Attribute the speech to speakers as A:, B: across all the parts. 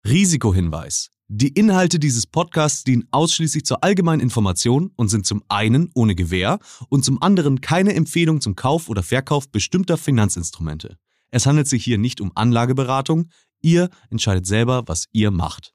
A: Risikohinweis. Die Inhalte dieses Podcasts dienen ausschließlich zur allgemeinen Information und sind zum einen ohne Gewähr und zum anderen keine Empfehlung zum Kauf oder Verkauf bestimmter Finanzinstrumente. Es handelt sich hier nicht um Anlageberatung. Ihr entscheidet selber, was ihr macht.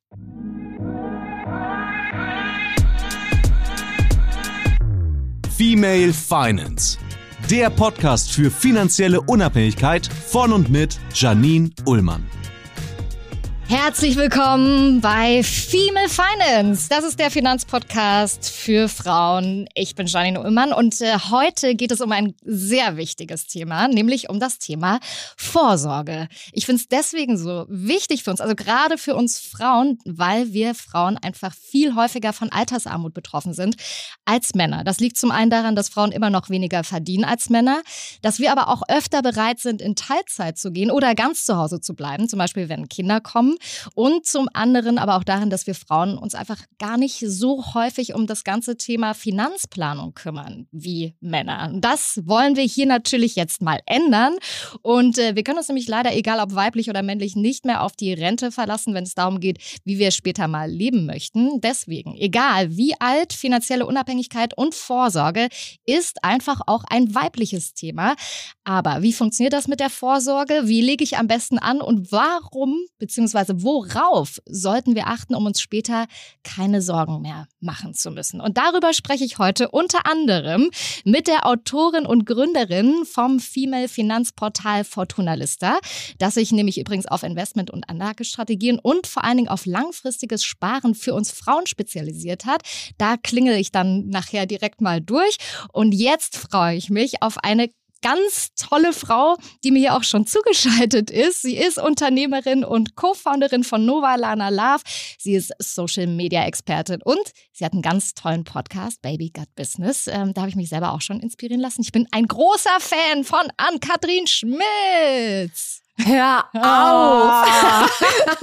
A: Female Finance. Der Podcast für finanzielle Unabhängigkeit von und mit Janine Ullmann.
B: Herzlich willkommen bei Female Finance. Das ist der Finanzpodcast für Frauen. Ich bin Janine Ullmann und heute geht es um ein sehr wichtiges Thema, nämlich um das Thema Vorsorge. Ich finde es deswegen so wichtig für uns, also gerade für uns Frauen, weil wir Frauen einfach viel häufiger von Altersarmut betroffen sind als Männer. Das liegt zum einen daran, dass Frauen immer noch weniger verdienen als Männer, dass wir aber auch öfter bereit sind, in Teilzeit zu gehen oder ganz zu Hause zu bleiben, zum Beispiel wenn Kinder kommen. Und zum anderen aber auch darin, dass wir Frauen uns einfach gar nicht so häufig um das ganze Thema Finanzplanung kümmern wie Männer. Das wollen wir hier natürlich jetzt mal ändern. Und wir können uns nämlich leider, egal ob weiblich oder männlich, nicht mehr auf die Rente verlassen, wenn es darum geht, wie wir später mal leben möchten. Deswegen, egal wie alt, finanzielle Unabhängigkeit und Vorsorge ist einfach auch ein weibliches Thema. Aber wie funktioniert das mit der Vorsorge? Wie lege ich am besten an und warum bzw. worauf sollten wir achten, um uns später keine Sorgen mehr machen zu müssen? Und darüber spreche ich heute unter anderem mit der Autorin und Gründerin vom Female Finanzportal Fortuna Lista, das sich nämlich übrigens auf Investment- und Anlagestrategien und vor allen Dingen auf langfristiges Sparen für uns Frauen spezialisiert hat. Da klingel ich dann nachher direkt mal durch. Und jetzt freue ich mich auf eine ganz tolle Frau, die mir hier auch schon zugeschaltet ist. Sie ist Unternehmerin und Co-Founderin von Novalana Love. Sie ist Social-Media-Expertin und sie hat einen ganz tollen Podcast, Baby Got Business. Da habe ich mich selber auch schon inspirieren lassen. Ich bin ein großer Fan von Ann-Kathrin Schmitz.
C: Hör auf!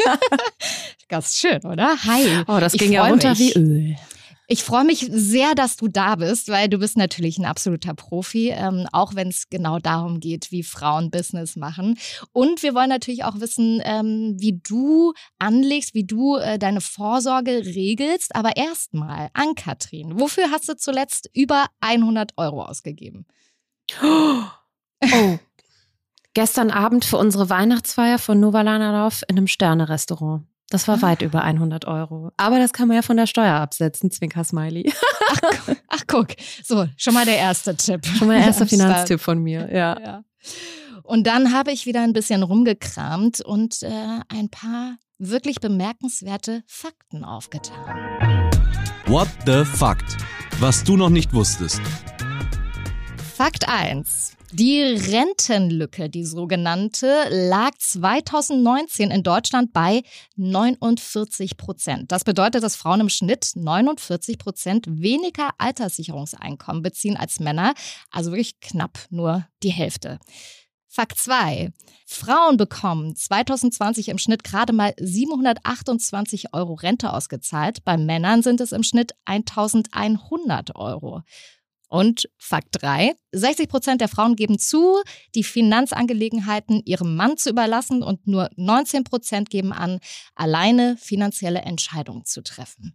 B: Ganz schön, oder? Hi.
C: Oh, das ging ja runter wie Öl.
B: Ich freue mich sehr, dass du da bist, weil du bist natürlich ein absoluter Profi, auch wenn es genau darum geht, wie Frauen Business machen. Und wir wollen natürlich auch wissen, wie du anlegst, wie du deine Vorsorge regelst. Aber erstmal, Ann-Kathrin, wofür hast du zuletzt über 100 € ausgegeben?
C: Oh, gestern Abend für unsere Weihnachtsfeier von Novalana Love in einem Sterne-Restaurant. Das war weit über 100 €. Aber das kann man ja von der Steuer absetzen, Zwinker-Smiley.
B: Ach, guck. So, schon mal der erste Tipp.
C: Schon mal der erste Finanztipp von mir, ja.
B: Und dann habe ich wieder ein bisschen rumgekramt und ein paar wirklich bemerkenswerte Fakten aufgetan.
A: What the Fact? Was du noch nicht wusstest.
B: Fakt 1. Die Rentenlücke, die sogenannte, lag 2019 in Deutschland bei 49%. Das bedeutet, dass Frauen im Schnitt 49% weniger Alterssicherungseinkommen beziehen als Männer, also wirklich knapp nur die Hälfte. Fakt 2. Frauen bekommen 2020 im Schnitt gerade mal 728 € Rente ausgezahlt. Bei Männern sind es im Schnitt 1.100 €. Und Fakt 3, 60% der Frauen geben zu, die Finanzangelegenheiten ihrem Mann zu überlassen und nur 19% geben an, alleine finanzielle Entscheidungen zu treffen.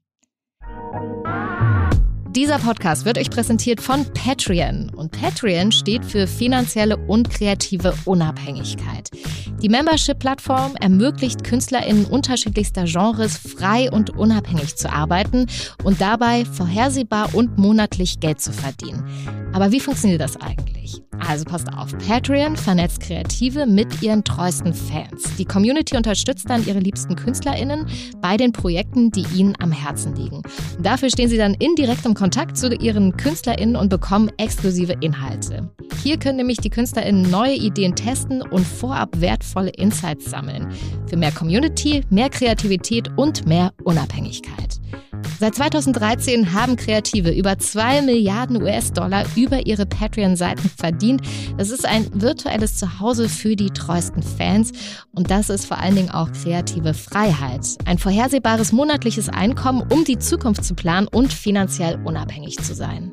B: Dieser Podcast wird euch präsentiert von Patreon. Und Patreon steht für finanzielle und kreative Unabhängigkeit. Die Membership-Plattform ermöglicht KünstlerInnen unterschiedlichster Genres frei und unabhängig zu arbeiten und dabei vorhersehbar und monatlich Geld zu verdienen. Aber wie funktioniert das eigentlich? Also passt auf, Patreon vernetzt Kreative mit ihren treuesten Fans. Die Community unterstützt dann ihre liebsten KünstlerInnen bei den Projekten, die ihnen am Herzen liegen. Und dafür stehen sie dann in direktem Kontakt zu ihren KünstlerInnen und bekommen exklusive Inhalte. Hier können nämlich die KünstlerInnen neue Ideen testen und vorab wertvolle Insights sammeln. Für mehr Community, mehr Kreativität und mehr Unabhängigkeit. Seit 2013 haben Kreative über 2 Milliarden US-Dollar über ihre Patreon-Seiten verdient. Das ist ein virtuelles Zuhause für die treuesten Fans. Und das ist vor allen Dingen auch kreative Freiheit. Ein vorhersehbares monatliches Einkommen, um die Zukunft zu planen und finanziell unabhängig zu sein.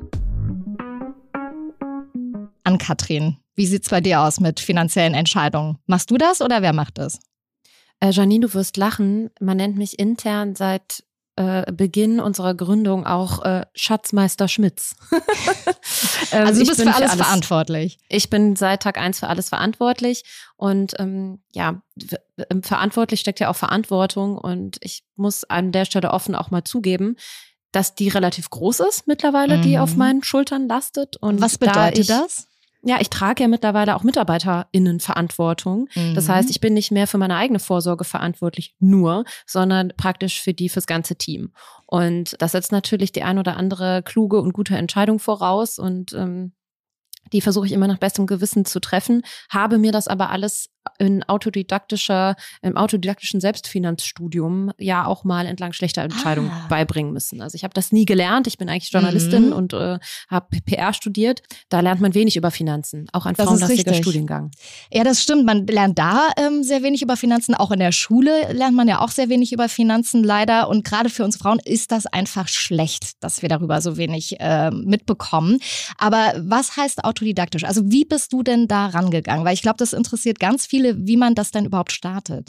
B: Ann-Kathrin, wie sieht's bei dir aus mit finanziellen Entscheidungen? Machst du das oder wer macht das?
C: Janine, du wirst lachen. Man nennt mich intern seit Beginn unserer Gründung auch Schatzmeister Schmitz.
B: Also du bist für alles verantwortlich.
C: Ich bin seit Tag 1 für alles verantwortlich und verantwortlich steckt ja auch Verantwortung und ich muss an der Stelle offen auch mal zugeben, dass die relativ groß ist mittlerweile, die auf meinen Schultern lastet. Und
B: was bedeutet das?
C: Ja, ich trage ja mittlerweile auch MitarbeiterInnen-Verantwortung. Das heißt, ich bin nicht mehr für meine eigene Vorsorge verantwortlich nur, sondern praktisch fürs ganze Team. Und das setzt natürlich die ein oder andere kluge und gute Entscheidung voraus und die versuche ich immer nach bestem Gewissen zu treffen, habe mir das aber alles im autodidaktischen Selbstfinanzstudium ja auch mal entlang schlechter Entscheidungen beibringen müssen. Also ich habe das nie gelernt. Ich bin eigentlich Journalistin und habe PR studiert. Da lernt man wenig über Finanzen, auch ein frauenlastiger Studiengang.
B: Ja, das stimmt. Man lernt da sehr wenig über Finanzen. Auch in der Schule lernt man ja auch sehr wenig über Finanzen leider. Und gerade für uns Frauen ist das einfach schlecht, dass wir darüber so wenig mitbekommen. Aber was heißt autodidaktisch? Also wie bist du denn da rangegangen? Weil ich glaube, das interessiert ganz viele, wie man das denn überhaupt startet.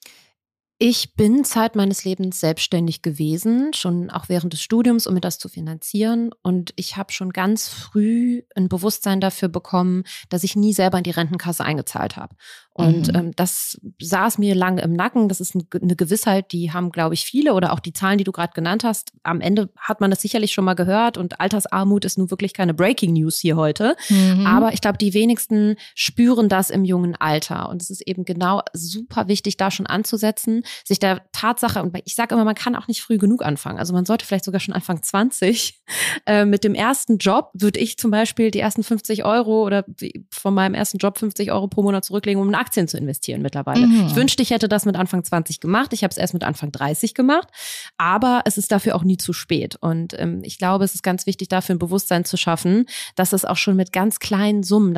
C: Ich bin Zeit meines Lebens selbstständig gewesen, schon auch während des Studiums, um mir das zu finanzieren. Und ich habe schon ganz früh ein Bewusstsein dafür bekommen, dass ich nie selber in die Rentenkasse eingezahlt habe. Und das saß mir lange im Nacken. Das ist eine Gewissheit, die haben, glaube ich, viele oder auch die Zahlen, die du gerade genannt hast. Am Ende hat man das sicherlich schon mal gehört und Altersarmut ist nun wirklich keine Breaking News hier heute. Aber ich glaube, die wenigsten spüren das im jungen Alter. Und es ist eben genau super wichtig, da schon anzusetzen, sich der Tatsache, und ich sage immer, man kann auch nicht früh genug anfangen. Also man sollte vielleicht sogar schon Anfang 20. Mit dem ersten Job würde ich zum Beispiel die ersten 50 € oder von meinem ersten Job 50 € pro Monat zurücklegen, um in Aktien zu investieren mittlerweile. Ich wünschte, ich hätte das mit Anfang 20 gemacht. Ich habe es erst mit Anfang 30 gemacht. Aber es ist dafür auch nie zu spät. Und ich glaube, es ist ganz wichtig, dafür ein Bewusstsein zu schaffen, dass es auch schon mit ganz kleinen Summen,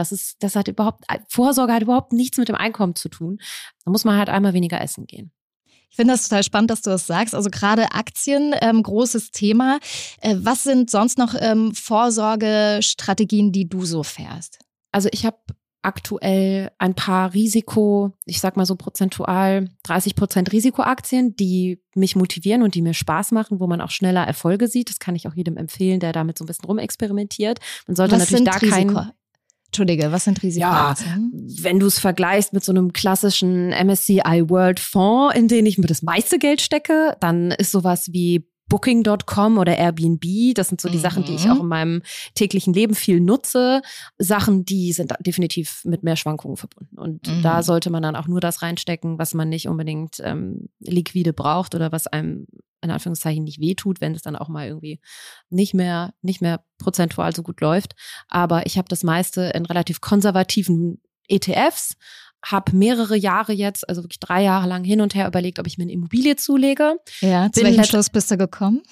C: Vorsorge hat überhaupt nichts mit dem Einkommen zu tun. Da muss man halt einmal weniger essen gehen.
B: Ich finde das total spannend, dass du das sagst. Also gerade Aktien, großes Thema. Was sind sonst noch Vorsorgestrategien, die du so fährst?
C: Also ich habe aktuell ein paar ich sag mal so prozentual 30% Risikoaktien, die mich motivieren und die mir Spaß machen, wo man auch schneller Erfolge sieht. Das kann ich auch jedem empfehlen, der damit so ein bisschen rumexperimentiert. Man sollte natürlich da
B: Entschuldige, was sind Risikoaktien?
C: Ja, wenn du es vergleichst mit so einem klassischen MSCI World Fonds, in den ich mir das meiste Geld stecke, dann ist sowas wie Booking.com oder Airbnb, das sind so die Sachen, die ich auch in meinem täglichen Leben viel nutze. Sachen, die sind definitiv mit mehr Schwankungen verbunden. Und da sollte man dann auch nur das reinstecken, was man nicht unbedingt liquide braucht oder was einem in Anführungszeichen nicht wehtut, wenn es dann auch mal irgendwie nicht mehr prozentual so gut läuft. Aber ich habe das meiste in relativ konservativen ETFs, habe mehrere Jahre jetzt, also wirklich 3 Jahre lang hin und her überlegt, ob ich mir eine Immobilie zulege.
B: Ja, zu welchem Schluss bist du gekommen?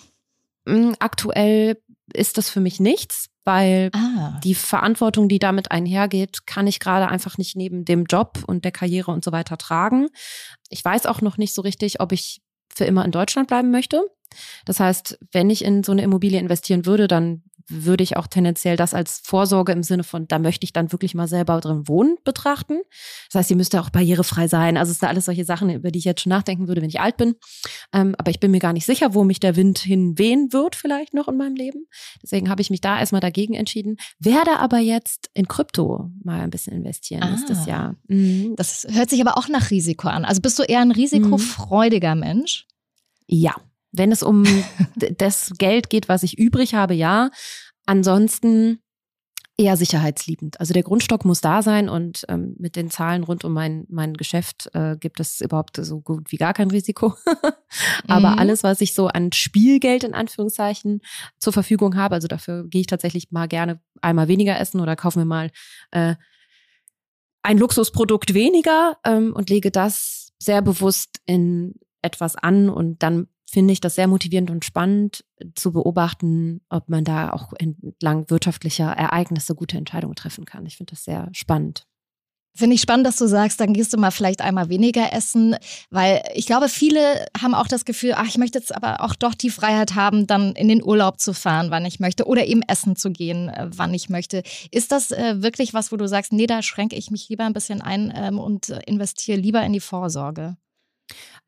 C: Aktuell ist das für mich nichts, weil die Verantwortung, die damit einhergeht, kann ich gerade einfach nicht neben dem Job und der Karriere und so weiter tragen. Ich weiß auch noch nicht so richtig, ob ich für immer in Deutschland bleiben möchte. Das heißt, wenn ich in so eine Immobilie investieren würde, dann würde ich auch tendenziell das als Vorsorge im Sinne von, da möchte ich dann wirklich mal selber drin wohnen, betrachten. Das heißt, die müsste auch barrierefrei sein. Also es sind alles solche Sachen, über die ich jetzt schon nachdenken würde, wenn ich alt bin. Aber ich bin mir gar nicht sicher, wo mich der Wind hinwehen wird vielleicht noch in meinem Leben. Deswegen habe ich mich da erstmal dagegen entschieden. Werde aber jetzt in Krypto mal ein bisschen investieren nächstes Jahr.
B: Das hört sich aber auch nach Risiko an. Also bist du eher ein risikofreudiger Mensch?
C: Ja. Wenn es um das Geld geht, was ich übrig habe, ja. Ansonsten eher sicherheitsliebend. Also der Grundstock muss da sein und mit den Zahlen rund um mein Geschäft gibt es überhaupt so gut wie gar kein Risiko. Aber alles, was ich so an Spielgeld in Anführungszeichen zur Verfügung habe, also dafür gehe ich tatsächlich mal gerne einmal weniger essen oder kaufe mir mal ein Luxusprodukt weniger und lege das sehr bewusst in etwas an und dann finde ich das sehr motivierend und spannend zu beobachten, ob man da auch entlang wirtschaftlicher Ereignisse gute Entscheidungen treffen kann. Ich finde das sehr spannend.
B: Finde ich spannend, dass du sagst, dann gehst du mal vielleicht einmal weniger essen, weil ich glaube, viele haben auch das Gefühl, ich möchte jetzt aber auch doch die Freiheit haben, dann in den Urlaub zu fahren, wann ich möchte oder eben essen zu gehen, wann ich möchte. Ist das wirklich was, wo du sagst, nee, da schränke ich mich lieber ein bisschen ein und investiere lieber in die Vorsorge?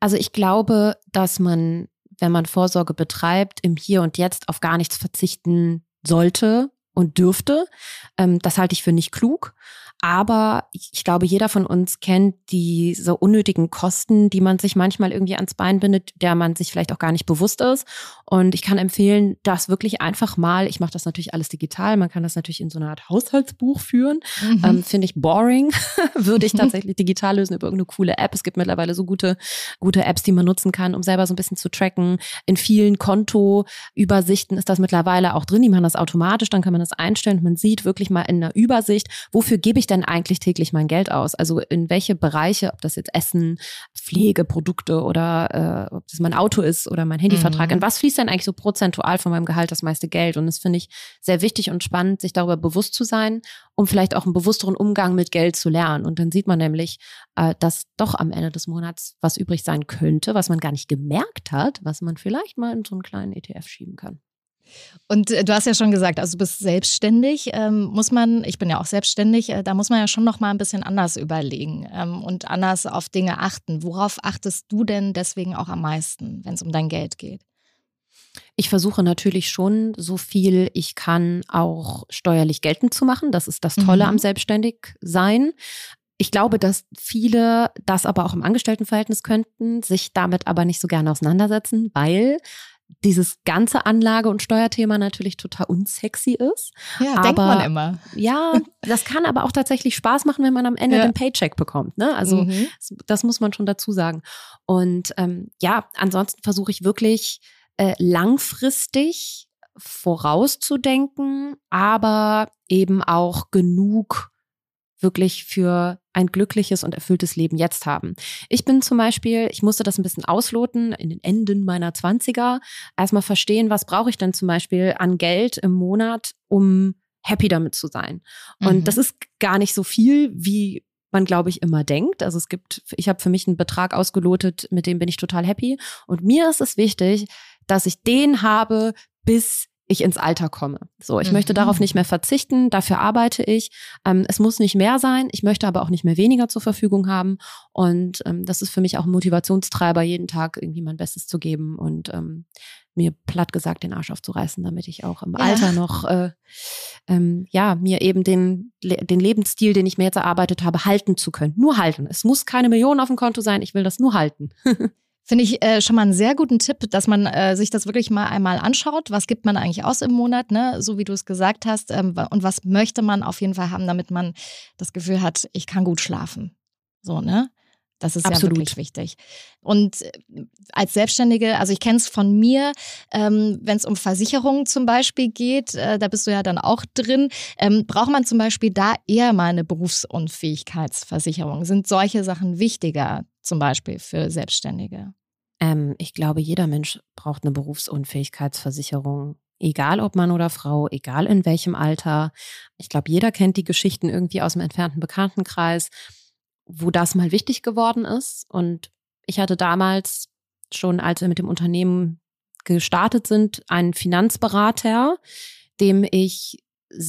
C: Also ich glaube, dass man, wenn man Vorsorge betreibt, im Hier und Jetzt auf gar nichts verzichten sollte und dürfte. Das halte ich für nicht klug. Aber ich glaube, jeder von uns kennt diese unnötigen Kosten, die man sich manchmal irgendwie ans Bein bindet, der man sich vielleicht auch gar nicht bewusst ist. Und ich kann empfehlen, das wirklich einfach mal, ich mache das natürlich alles digital, man kann das natürlich in so einer Art Haushaltsbuch führen. Finde ich boring, würde ich tatsächlich digital lösen über irgendeine coole App. Es gibt mittlerweile so gute Apps, die man nutzen kann, um selber so ein bisschen zu tracken. In vielen Kontoübersichten ist das mittlerweile auch drin, die machen das automatisch, dann kann man das einstellen und man sieht wirklich mal in einer Übersicht, wofür gebe ich denn eigentlich täglich mein Geld aus? Also in welche Bereiche, ob das jetzt Essen, Pflegeprodukte oder ob das mein Auto ist oder mein Handyvertrag, in was fließt denn eigentlich so prozentual von meinem Gehalt das meiste Geld? Und das finde ich sehr wichtig und spannend, sich darüber bewusst zu sein, um vielleicht auch einen bewussteren Umgang mit Geld zu lernen. Und dann sieht man nämlich, dass doch am Ende des Monats was übrig sein könnte, was man gar nicht gemerkt hat, was man vielleicht mal in so einen kleinen ETF schieben kann.
B: Und du hast ja schon gesagt, also du bist selbstständig, ich bin ja auch selbstständig, da muss man ja schon noch mal ein bisschen anders überlegen und anders auf Dinge achten. Worauf achtest du denn deswegen auch am meisten, wenn es um dein Geld geht?
C: Ich versuche natürlich schon, so viel ich kann, auch steuerlich geltend zu machen. Das ist das Tolle am Selbstständigsein. Ich glaube, dass viele das aber auch im Angestelltenverhältnis könnten, sich damit aber nicht so gerne auseinandersetzen, weil dieses ganze Anlage- und Steuerthema natürlich total unsexy ist.
B: Ja,
C: aber,
B: denkt man immer.
C: Ja, das kann aber auch tatsächlich Spaß machen, wenn man am Ende den Paycheck bekommt. Ne? Also das muss man schon dazu sagen. Und ansonsten versuche ich wirklich langfristig vorauszudenken, aber eben auch genug wirklich für ein glückliches und erfülltes Leben jetzt haben. Ich bin zum Beispiel, ich musste das ein bisschen ausloten in den Enden meiner 20er, erstmal verstehen, was brauche ich denn zum Beispiel an Geld im Monat, um happy damit zu sein. Und das ist gar nicht so viel, wie man, glaube ich, immer denkt. Also ich habe für mich einen Betrag ausgelotet, mit dem bin ich total happy. Und mir ist es wichtig, dass ich den habe, bis ich ins Alter komme. So, ich möchte darauf nicht mehr verzichten, dafür arbeite ich. Es muss nicht mehr sein, ich möchte aber auch nicht mehr weniger zur Verfügung haben. Und das ist für mich auch ein Motivationstreiber, jeden Tag irgendwie mein Bestes zu geben und mir platt gesagt den Arsch aufzureißen, damit ich auch im Alter noch mir eben den Lebensstil, den ich mir jetzt erarbeitet habe, halten zu können. Nur halten. Es muss keine Millionen auf dem Konto sein, ich will das nur halten.
B: Finde ich schon mal einen sehr guten Tipp, dass man sich das wirklich mal einmal anschaut. Was gibt man eigentlich aus im Monat, ne? So wie du es gesagt hast. Und was möchte man auf jeden Fall haben, damit man das Gefühl hat, ich kann gut schlafen. So, ne? Das ist ja wirklich wichtig. Und als Selbstständige, also ich kenne es von mir, wenn es um Versicherungen zum Beispiel geht, da bist du ja dann auch drin, braucht man zum Beispiel da eher mal eine Berufsunfähigkeitsversicherung? Sind solche Sachen wichtiger zum Beispiel für Selbstständige?
C: Ich glaube, jeder Mensch braucht eine Berufsunfähigkeitsversicherung. Egal ob Mann oder Frau, egal in welchem Alter. Ich glaube, jeder kennt die Geschichten irgendwie aus dem entfernten Bekanntenkreis, wo das mal wichtig geworden ist. Und ich hatte damals schon, als wir mit dem Unternehmen gestartet sind, einen Finanzberater, dem ich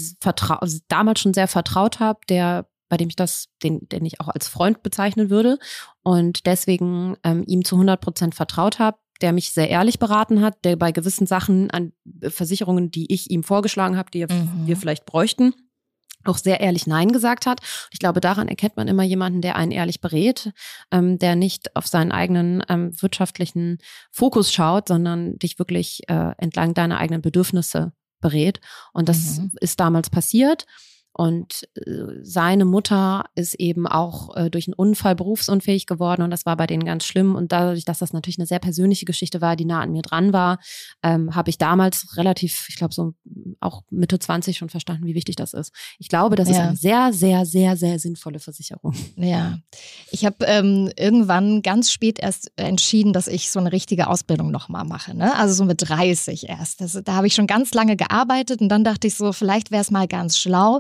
C: damals schon sehr vertraut habe, bei dem ich den ich auch als Freund bezeichnen würde und deswegen ihm zu 100% vertraut habe, der mich sehr ehrlich beraten hat, der bei gewissen Sachen an Versicherungen, die ich ihm vorgeschlagen habe, die wir vielleicht bräuchten, auch sehr ehrlich Nein gesagt hat. Ich glaube, daran erkennt man immer jemanden, der einen ehrlich berät, der nicht auf seinen eigenen wirtschaftlichen Fokus schaut, sondern dich wirklich entlang deiner eigenen Bedürfnisse berät. Und das ist damals passiert. Und seine Mutter ist eben auch durch einen Unfall berufsunfähig geworden und das war bei denen ganz schlimm. Und dadurch, dass das natürlich eine sehr persönliche Geschichte war, die nah an mir dran war, habe ich damals relativ, ich glaube so auch Mitte 20 schon verstanden, wie wichtig das ist. Ich glaube, das ist eine sehr, sehr, sehr, sehr sinnvolle Versicherung.
B: Ja, ich habe irgendwann ganz spät erst entschieden, dass ich so eine richtige Ausbildung nochmal mache. Ne? Also so mit 30 erst. Da habe ich schon ganz lange gearbeitet und dann dachte ich so, vielleicht wäre es mal ganz schlau,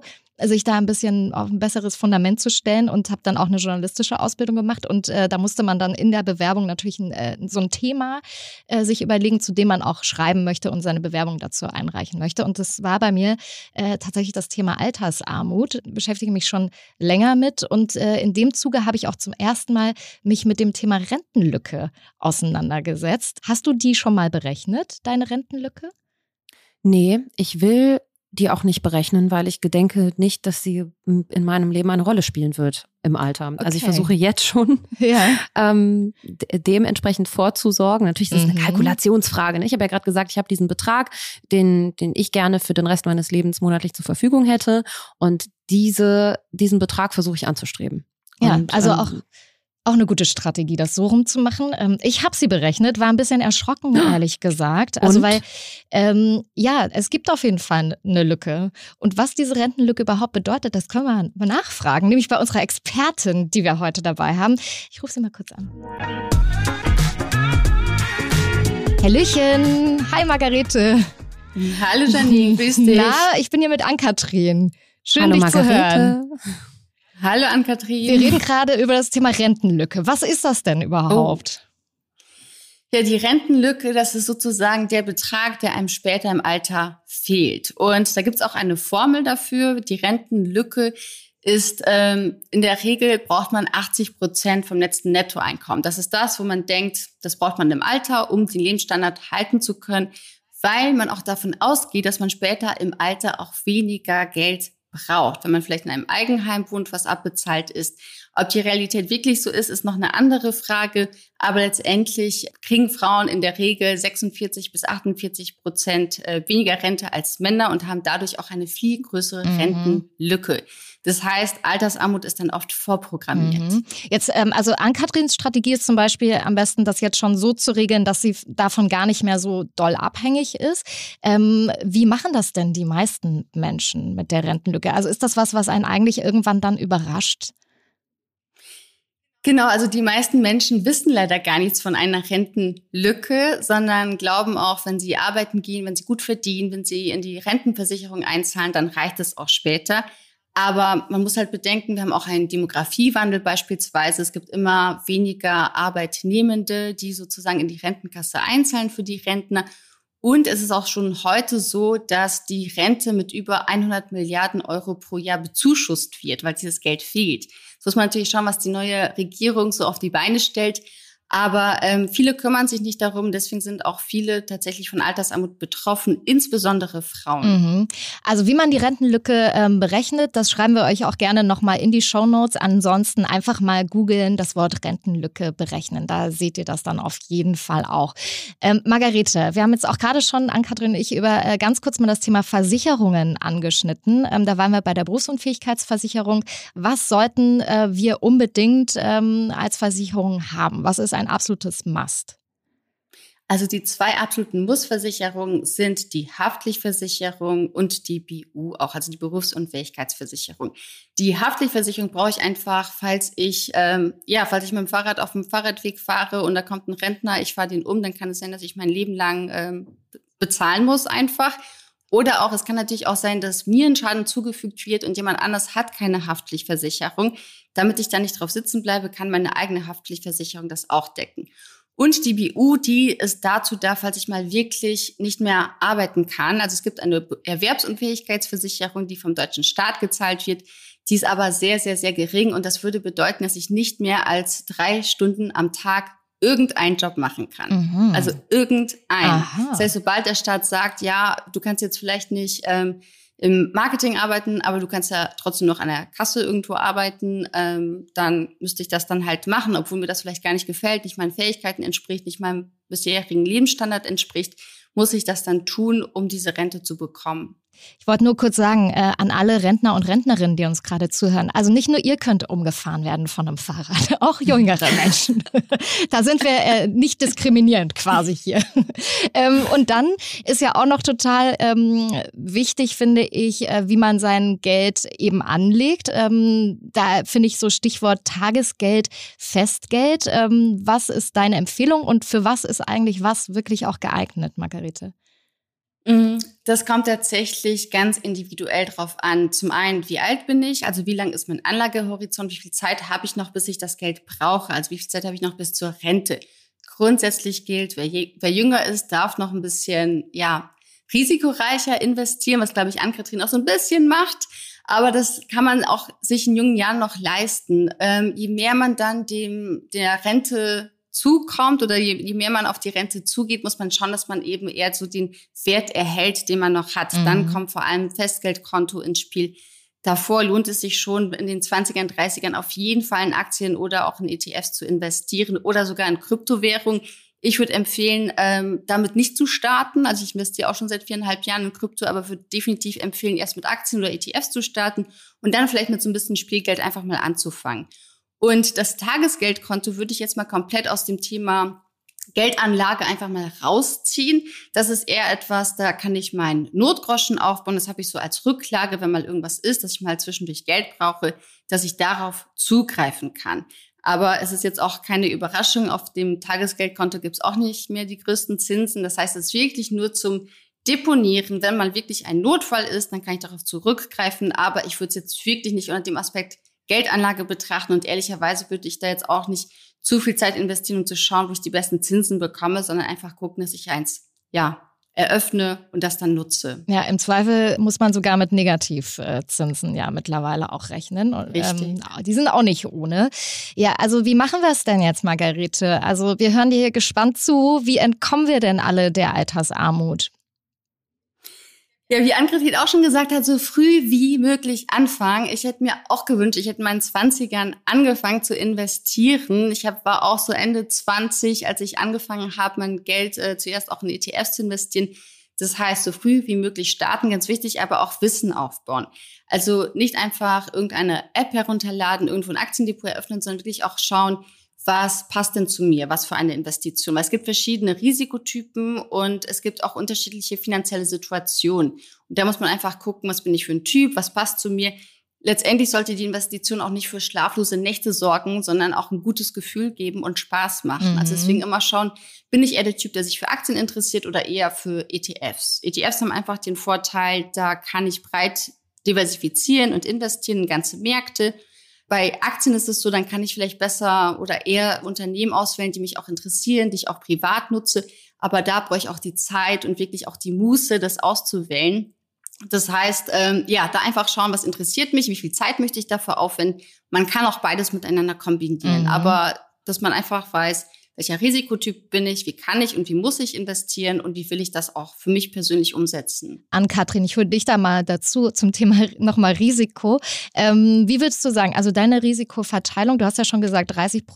B: sich da ein bisschen auf ein besseres Fundament zu stellen und habe dann auch eine journalistische Ausbildung gemacht. Und da musste man dann in der Bewerbung natürlich so ein Thema sich überlegen, zu dem man auch schreiben möchte und seine Bewerbung dazu einreichen möchte. Und das war bei mir tatsächlich das Thema Altersarmut. Beschäftige mich schon länger mit. Und in dem Zuge habe ich auch zum ersten Mal mich mit dem Thema Rentenlücke auseinandergesetzt. Hast du die schon mal berechnet, deine Rentenlücke?
C: Nee, ich will die auch nicht berechnen, weil ich gedenke nicht, dass sie in meinem Leben eine Rolle spielen wird im Alter. Okay. Also ich versuche jetzt schon dementsprechend vorzusorgen. Natürlich ist das eine Kalkulationsfrage. Ne? Ich habe ja gerade gesagt, ich habe diesen Betrag, den ich gerne für den Rest meines Lebens monatlich zur Verfügung hätte. Und diesen Betrag versuche ich anzustreben.
B: Ja,
C: und,
B: also auch eine gute Strategie, das so rumzumachen. Ich habe sie berechnet, war ein bisschen erschrocken, ehrlich gesagt. Also weil, es gibt auf jeden Fall eine Lücke. Und was diese Rentenlücke überhaupt bedeutet, das können wir mal nachfragen. Nämlich bei unserer Expertin, die wir heute dabei haben. Ich rufe sie mal kurz an. Hallöchen, hi Margarete.
D: Hallo Janine, grüß dich.
B: Na, ich bin hier mit Ann-Kathrin. Schön,
C: Hallo,
B: dich
C: Margarete.
B: zu hören.
D: Hallo Ann-Kathrin.
B: Wir reden gerade über das Thema Rentenlücke. Was ist das denn überhaupt?
D: Ja, die Rentenlücke, das ist sozusagen der Betrag, der einem später im Alter fehlt. Und da gibt's auch eine Formel dafür. Die Rentenlücke ist, in der Regel braucht man 80% vom letzten Nettoeinkommen. Das ist das, wo man denkt, das braucht man im Alter, um den Lebensstandard halten zu können, weil man auch davon ausgeht, dass man später im Alter auch weniger Geld braucht, wenn man vielleicht in einem Eigenheim wohnt, was abbezahlt ist. Ob die Realität wirklich so ist, ist noch eine andere Frage. Aber letztendlich kriegen Frauen in der Regel 46-48% weniger Rente als Männer und haben dadurch auch eine viel größere Rentenlücke. Das heißt, Altersarmut ist dann oft vorprogrammiert.
B: Jetzt, also Ann-Kathrins Strategie ist zum Beispiel am besten, das jetzt schon so zu regeln, dass sie davon gar nicht mehr so doll abhängig ist. Wie machen das denn die meisten Menschen mit der Rentenlücke? Also ist das was einen eigentlich irgendwann dann überrascht?
D: Genau, also die meisten Menschen wissen leider gar nichts von einer Rentenlücke, sondern glauben auch, wenn sie arbeiten gehen, wenn sie gut verdienen, wenn sie in die Rentenversicherung einzahlen, dann reicht es auch später. Aber man muss halt bedenken, wir haben auch einen Demografiewandel beispielsweise. Es gibt immer weniger Arbeitnehmende, die sozusagen in die Rentenkasse einzahlen für die Rentner. Und es ist auch schon heute so, dass die Rente mit über 100 Milliarden Euro pro Jahr bezuschusst wird, weil dieses Geld fehlt. So muss man natürlich schauen, was die neue Regierung so auf die Beine stellt. Aber viele kümmern sich nicht darum. Deswegen sind auch viele tatsächlich von Altersarmut betroffen, insbesondere Frauen.
B: Also wie man die Rentenlücke berechnet, das schreiben wir euch auch gerne nochmal in die Shownotes. Ansonsten einfach mal googeln, das Wort Rentenlücke berechnen. Da seht ihr das dann auf jeden Fall auch. Margarete, wir haben jetzt auch gerade schon, Ann-Kathrin und ich, über ganz kurz mal das Thema Versicherungen angeschnitten. Da waren wir bei der Berufsunfähigkeitsversicherung. Was sollten wir unbedingt als Versicherung haben? Was ist ein absolutes Must?
D: Also die zwei absoluten Muss-Versicherungen sind die Haftpflichtversicherung und die BU auch, also die Berufsunfähigkeitsversicherung. Die Haftpflichtversicherung brauche ich einfach, falls ich mit dem Fahrrad auf dem Fahrradweg fahre und da kommt ein Rentner, ich fahre den um, dann kann es sein, dass ich mein Leben lang bezahlen muss einfach. Oder auch, es kann natürlich auch sein, dass mir ein Schaden zugefügt wird und jemand anders hat keine Haftpflichtversicherung. Damit ich da nicht drauf sitzen bleibe, kann meine eigene Haftpflichtversicherung das auch decken. Und die BU, die ist dazu da, falls ich mal wirklich nicht mehr arbeiten kann. Also es gibt eine Erwerbsunfähigkeitsversicherung, die vom deutschen Staat gezahlt wird. Die ist aber sehr, sehr, sehr gering. Und das würde bedeuten, dass ich nicht mehr als 3 Stunden am Tag irgendeinen Job machen kann. Also irgendeinen.
B: Aha.
D: Das heißt, sobald der Staat sagt, ja, du kannst jetzt vielleicht nicht im Marketing arbeiten, aber du kannst ja trotzdem noch an der Kasse irgendwo arbeiten, dann müsste ich das dann halt machen, obwohl mir das vielleicht gar nicht gefällt, nicht meinen Fähigkeiten entspricht, nicht meinem bisherigen Lebensstandard entspricht, muss ich das dann tun, um diese Rente zu bekommen.
B: Ich wollte nur kurz sagen, an alle Rentner und Rentnerinnen, die uns gerade zuhören, also nicht nur ihr könnt umgefahren werden von einem Fahrrad, auch jüngere Menschen. Da sind wir nicht diskriminierend quasi hier. Und dann ist ja auch noch total wichtig, finde ich, wie man sein Geld eben anlegt. Da finde ich so Stichwort Tagesgeld, Festgeld. Was ist deine Empfehlung und für was ist eigentlich was wirklich auch geeignet, Margarete?
D: Das kommt tatsächlich ganz individuell drauf an. Zum einen, wie alt bin ich? Also wie lang ist mein Anlagehorizont? Wie viel Zeit habe ich noch, bis ich das Geld brauche? Also wie viel Zeit habe ich noch bis zur Rente? Grundsätzlich gilt, wer jünger ist, darf noch ein bisschen, risikoreicher investieren, was, glaube ich, Ann-Kathrin auch so ein bisschen macht. Aber das kann man auch sich in jungen Jahren noch leisten. Je mehr man dann der Rente zukommt oder je mehr man auf die Rente zugeht, muss man schauen, dass man eben eher so den Wert erhält, den man noch hat. Dann kommt vor allem Festgeldkonto ins Spiel. Davor lohnt es sich schon, in den 20ern, 30ern auf jeden Fall in Aktien oder auch in ETFs zu investieren oder sogar in Kryptowährungen. Ich würde empfehlen, damit nicht zu starten. Also ich investiere auch schon seit 4,5 Jahren in Krypto, aber würde definitiv empfehlen, erst mit Aktien oder ETFs zu starten und dann vielleicht mit so ein bisschen Spielgeld einfach mal anzufangen. Und das Tagesgeldkonto würde ich jetzt mal komplett aus dem Thema Geldanlage einfach mal rausziehen. Das ist eher etwas, da kann ich meinen Notgroschen aufbauen. Das habe ich so als Rücklage, wenn mal irgendwas ist, dass ich mal zwischendurch Geld brauche, dass ich darauf zugreifen kann. Aber es ist jetzt auch keine Überraschung. Auf dem Tagesgeldkonto gibt es auch nicht mehr die größten Zinsen. Das heißt, es ist wirklich nur zum Deponieren. Wenn mal wirklich ein Notfall ist, dann kann ich darauf zurückgreifen. Aber ich würde es jetzt wirklich nicht unter dem Aspekt Geldanlage betrachten. Und ehrlicherweise würde ich da jetzt auch nicht zu viel Zeit investieren, um zu schauen, wo ich die besten Zinsen bekomme, sondern einfach gucken, dass ich eins, eröffne und das dann nutze.
B: Ja, im Zweifel muss man sogar mit Negativzinsen mittlerweile auch rechnen. Und,
D: Richtig.
B: Die sind auch nicht ohne. Ja, also wie machen wir es denn jetzt, Margarete? Also wir hören dir hier gespannt zu. Wie entkommen wir denn alle der Altersarmut?
D: Ja, wie Ann-Kathrin auch schon gesagt hat, so früh wie möglich anfangen. Ich hätte mir auch gewünscht, ich hätte in meinen 20ern angefangen zu investieren. Ich war auch so Ende 20, als ich angefangen habe, mein Geld zuerst auch in ETFs zu investieren. Das heißt, so früh wie möglich starten, ganz wichtig, aber auch Wissen aufbauen. Also nicht einfach irgendeine App herunterladen, irgendwo ein Aktiendepot eröffnen, sondern wirklich auch schauen, was passt denn zu mir, was für eine Investition? Weil es gibt verschiedene Risikotypen und es gibt auch unterschiedliche finanzielle Situationen. Und da muss man einfach gucken, was bin ich für ein Typ, was passt zu mir. Letztendlich sollte die Investition auch nicht für schlaflose Nächte sorgen, sondern auch ein gutes Gefühl geben und Spaß machen. Also deswegen immer schauen, bin ich eher der Typ, der sich für Aktien interessiert oder eher für ETFs? ETFs haben einfach den Vorteil, da kann ich breit diversifizieren und investieren in ganze Märkte. Bei Aktien ist es so, dann kann ich vielleicht besser oder eher Unternehmen auswählen, die mich auch interessieren, die ich auch privat nutze. Aber da brauche ich auch die Zeit und wirklich auch die Muße, das auszuwählen. Das heißt, da einfach schauen, was interessiert mich, wie viel Zeit möchte ich dafür aufwenden. Man kann auch beides miteinander kombinieren. Aber dass man einfach weiß, welcher Risikotyp bin ich, wie kann ich und wie muss ich investieren und wie will ich das auch für mich persönlich umsetzen.
B: Ann-Kathrin, ich hole dich da mal dazu zum Thema nochmal Risiko. Wie würdest du sagen, also deine Risikoverteilung, du hast ja schon gesagt,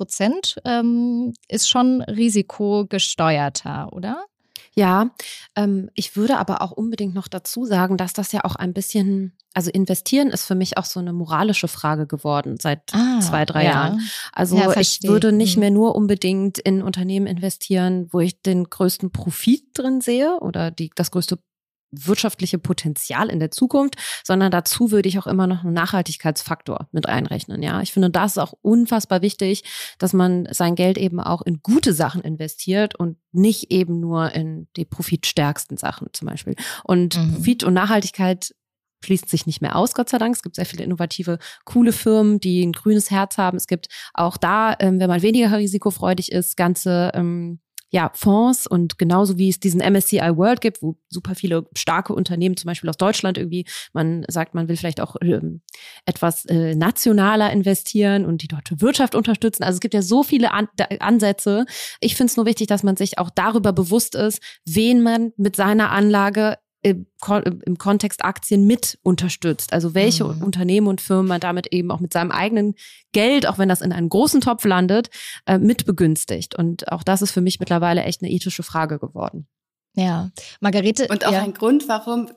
B: 30% ist schon risikogesteuerter, oder?
C: Ja, ich würde aber auch unbedingt noch dazu sagen, dass das ja auch ein bisschen, also investieren ist für mich auch so eine moralische Frage geworden seit 2-3 Jahren. Also ich würde nicht mehr nur unbedingt in Unternehmen investieren, wo ich den größten Profit drin sehe oder das größte wirtschaftliche Potenzial in der Zukunft, sondern dazu würde ich auch immer noch einen Nachhaltigkeitsfaktor mit einrechnen. Ja, ich finde, das ist auch unfassbar wichtig, dass man sein Geld eben auch in gute Sachen investiert und nicht eben nur in die profitstärksten Sachen zum Beispiel. Und Profit und Nachhaltigkeit schließt sich nicht mehr aus, Gott sei Dank. Es gibt sehr viele innovative, coole Firmen, die ein grünes Herz haben. Es gibt auch da, wenn man weniger risikofreudig ist, ganze Fonds und genauso wie es diesen MSCI World gibt, wo super viele starke Unternehmen, zum Beispiel aus Deutschland irgendwie, man sagt, man will vielleicht auch etwas nationaler investieren und die deutsche Wirtschaft unterstützen. Also es gibt ja so viele Ansätze. Ich finde es nur wichtig, dass man sich auch darüber bewusst ist, wen man mit seiner Anlage im Kontext Aktien mit unterstützt. Also welche Unternehmen und Firmen man damit eben auch mit seinem eigenen Geld, auch wenn das in einen großen Topf landet, mit begünstigt. Und auch das ist für mich mittlerweile echt eine ethische Frage geworden.
B: Ja, Margarete.
D: Und auch ein Grund, warum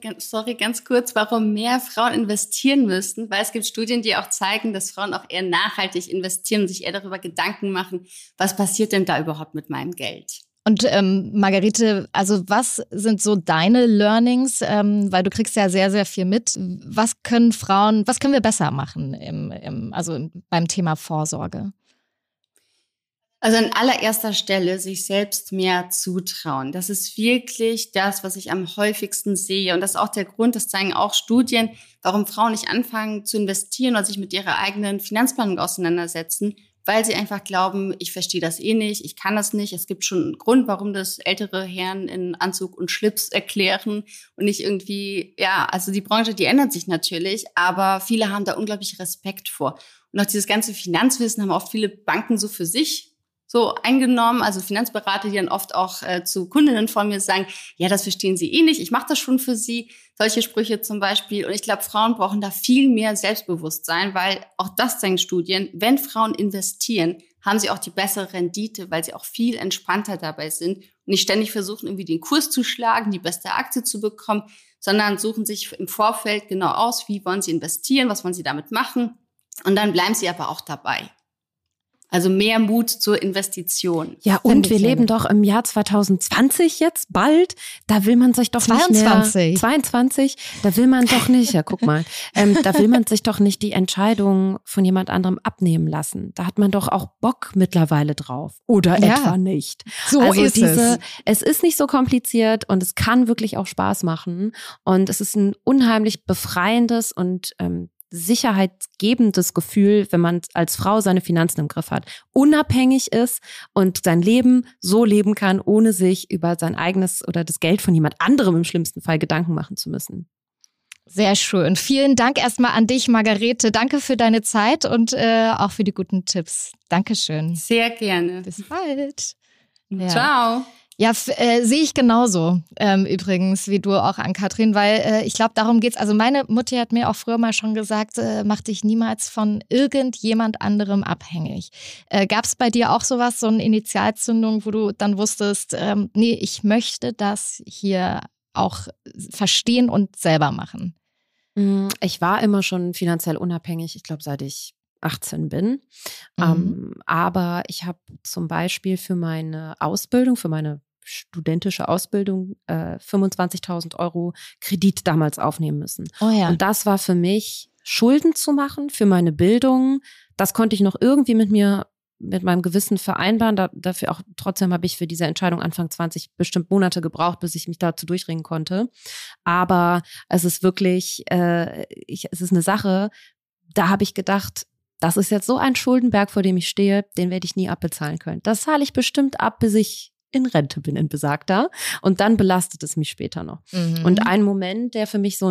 D: mehr Frauen investieren müssten, weil es gibt Studien, die auch zeigen, dass Frauen auch eher nachhaltig investieren und sich eher darüber Gedanken machen, was passiert denn da überhaupt mit meinem Geld?
B: Und Margarete, also was sind so deine Learnings? Weil du kriegst ja sehr, sehr viel mit. Was können wir besser machen beim Thema Vorsorge?
D: Also an allererster Stelle sich selbst mehr zutrauen. Das ist wirklich das, was ich am häufigsten sehe. Und das ist auch der Grund, das zeigen auch Studien, warum Frauen nicht anfangen zu investieren oder sich mit ihrer eigenen Finanzplanung auseinandersetzen, weil sie einfach glauben, ich verstehe das eh nicht, ich kann das nicht. Es gibt schon einen Grund, warum das ältere Herren in Anzug und Schlips erklären und nicht irgendwie, also die Branche, die ändert sich natürlich, aber viele haben da unglaublich Respekt vor. Und auch dieses ganze Finanzwissen haben auch viele Banken so für sich so eingenommen, also Finanzberater, die dann oft auch zu Kundinnen von mir sagen, ja, das verstehen sie eh nicht, ich mache das schon für sie. Solche Sprüche zum Beispiel. Und ich glaube, Frauen brauchen da viel mehr Selbstbewusstsein, weil auch das zeigen Studien, wenn Frauen investieren, haben sie auch die bessere Rendite, weil sie auch viel entspannter dabei sind und nicht ständig versuchen, irgendwie den Kurs zu schlagen, die beste Aktie zu bekommen, sondern suchen sich im Vorfeld genau aus, wie wollen sie investieren, was wollen sie damit machen. Und dann bleiben sie aber auch dabei. Also mehr Mut zur Investition.
C: Ja, und wir leben doch im Jahr 2020 jetzt bald. Da will man sich doch 22, da will man doch nicht, ja guck mal, da will man sich doch nicht die Entscheidung von jemand anderem abnehmen lassen. Da hat man doch auch Bock mittlerweile drauf. Oder etwa nicht.
B: So also ist es.
C: Es ist nicht so kompliziert und es kann wirklich auch Spaß machen. Und es ist ein unheimlich befreiendes und sicherheitsgebendes Gefühl, wenn man als Frau seine Finanzen im Griff hat, unabhängig ist und sein Leben so leben kann, ohne sich über sein eigenes oder das Geld von jemand anderem im schlimmsten Fall Gedanken machen zu müssen.
B: Sehr schön. Vielen Dank erstmal an dich, Margarete. Danke für deine Zeit und auch für die guten Tipps. Dankeschön.
D: Sehr gerne.
B: Bis bald.
D: Ja. Ciao.
B: Ja, sehe ich genauso übrigens wie du auch, Ann-Kathrin, weil ich glaube, darum geht's. Also meine Mutter hat mir auch früher mal schon gesagt, mach dich niemals von irgendjemand anderem abhängig. Gab es bei dir auch sowas, so eine Initialzündung, wo du dann wusstest, nee, ich möchte das hier auch verstehen und selber machen?
C: Ich war immer schon finanziell unabhängig, ich glaube, seit ich 18 bin. Aber ich habe zum Beispiel für meine Ausbildung, für meine studentische Ausbildung 25.000 € Kredit damals aufnehmen müssen.
B: Oh ja.
C: Und das war für mich, Schulden zu machen für meine Bildung. Das konnte ich noch irgendwie mit meinem Gewissen vereinbaren. Dafür auch trotzdem habe ich für diese Entscheidung Anfang 20 bestimmt Monate gebraucht, bis ich mich dazu durchringen konnte. Aber es ist wirklich, es ist eine Sache, da habe ich gedacht, das ist jetzt so ein Schuldenberg, vor dem ich stehe, den werde ich nie abbezahlen können. Das zahle ich bestimmt ab, bis ich in Rente bin, in besagter. Und dann belastet es mich später noch. Mhm. Und ein Moment, der für mich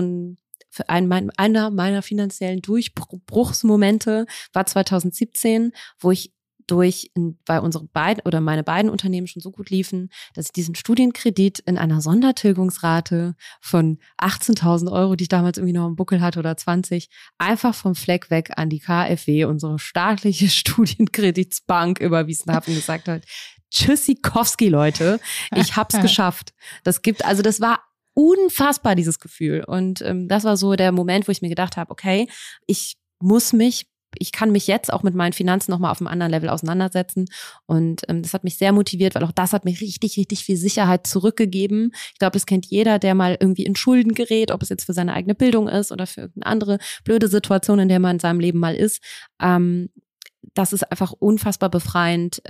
C: einer meiner finanziellen Durchbruchsmomente war 2017, wo ich weil meine beiden Unternehmen schon so gut liefen, dass ich diesen Studienkredit in einer Sondertilgungsrate von 18.000 €, die ich damals irgendwie noch im Buckel hatte, oder 20, einfach vom Fleck weg an die KfW, unsere staatliche Studienkreditsbank, überwiesen habe und gesagt hat, Tschüssikowski, Leute, ich hab's geschafft. Das war unfassbar, dieses Gefühl. Und das war so der Moment, wo ich mir gedacht habe, okay, ich kann mich jetzt auch mit meinen Finanzen nochmal auf einem anderen Level auseinandersetzen. Und das hat mich sehr motiviert, weil auch das hat mir richtig, richtig viel Sicherheit zurückgegeben. Ich glaube, das kennt jeder, der mal irgendwie in Schulden gerät, ob es jetzt für seine eigene Bildung ist oder für irgendeine andere blöde Situation, in der man in seinem Leben mal ist. Das ist einfach unfassbar befreiend,